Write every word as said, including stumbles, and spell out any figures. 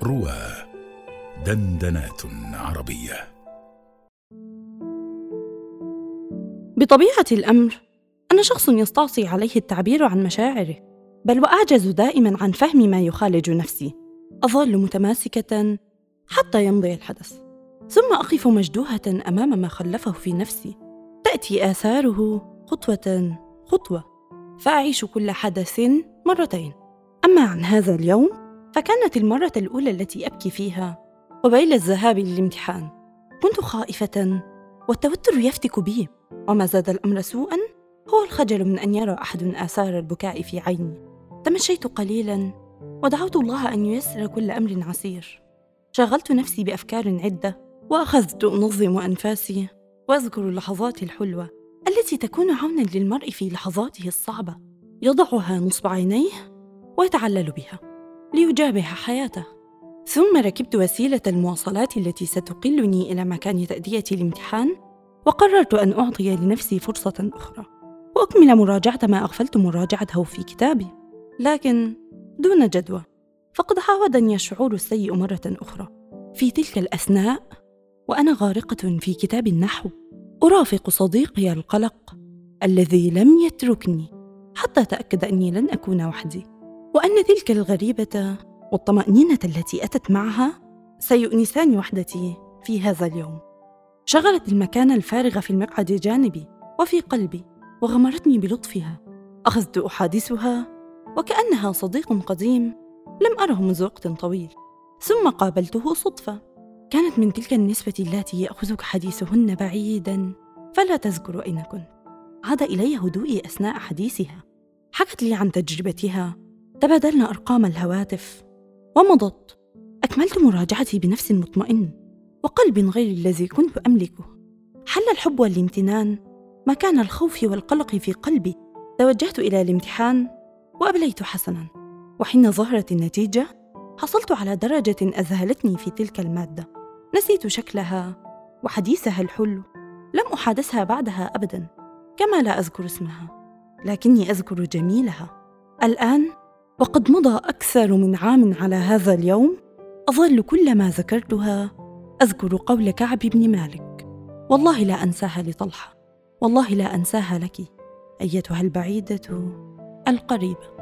روى دندنات عربية. بطبيعة الأمر أنا شخص يستعصي عليه التعبير عن مشاعره، بل وأعجز دائماً عن فهم ما يخالج نفسي. أظل متماسكة حتى يمضي الحدث، ثم أقف مجدوهة أمام ما خلفه في نفسي. تأتي آثاره خطوة خطوة، فأعيش كل حدث مرتين. أما عن هذا اليوم فكانت المرة الأولى التي أبكي فيها قبيل الذهاب للامتحان. كنت خائفة والتوتر يفتك بي، وما زاد الأمر سوءاً هو الخجل من أن يرى أحد آثار البكاء في عيني. تمشيت قليلاً ودعوت الله أن ييسر كل أمر عسير. شغلت نفسي بأفكار عدة وأخذت أنظم أنفاسي وأذكر اللحظات الحلوة التي تكون عوناً للمرء في لحظاته الصعبة، يضعها نصب عينيه ويتعلل بها ليجابه حياته. ثم ركبت وسيلة المواصلات التي ستقلني إلى مكان تأدية الامتحان، وقررت أن أعطي لنفسي فرصة أخرى وأكمل مراجعة ما أغفلت مراجعته في كتابي، لكن دون جدوى. فقد عاودني الشعور السيء مرة أخرى في تلك الأثناء وأنا غارقة في كتاب النحو، أرافق صديقي القلق الذي لم يتركني حتى تأكد أني لن أكون وحدي، وأن تلك الغريبة والطمأنينة التي أتت معها سيؤنسان وحدتي في هذا اليوم. شغلت المكان الفارغ في المقعد جانبي وفي قلبي وغمرتني بلطفها. أخذت أحادثها وكأنها صديق قديم لم أره منذ وقت طويل. ثم قابلته صدفة، كانت من تلك النسبة التي يأخذك حديثهن بعيداً فلا تذكر أين كنت. عاد إلي هدوئي أثناء حديثها، حكت لي عن تجربتها، تبادلنا أرقام الهواتف ومضت. أكملت مراجعتي بنفس مطمئن وقلب غير الذي كنت أملكه. حل الحب والامتنان مكان الخوف والقلق في قلبي. توجهت إلى الامتحان وأبليت حسناً، وحين ظهرت النتيجة حصلت على درجة أذهلتني في تلك المادة. نسيت شكلها وحديثها الحلو، لم أحادثها بعدها أبداً، كما لا أذكر اسمها، لكني أذكر جميلها. الآن وقد مضى أكثر من عام على هذا اليوم، أظل كلما ذكرتها أذكر قول كعب بن مالك: والله لا أنساها لطلحة، والله لا أنساها لك أيتها البعيدة القريبة.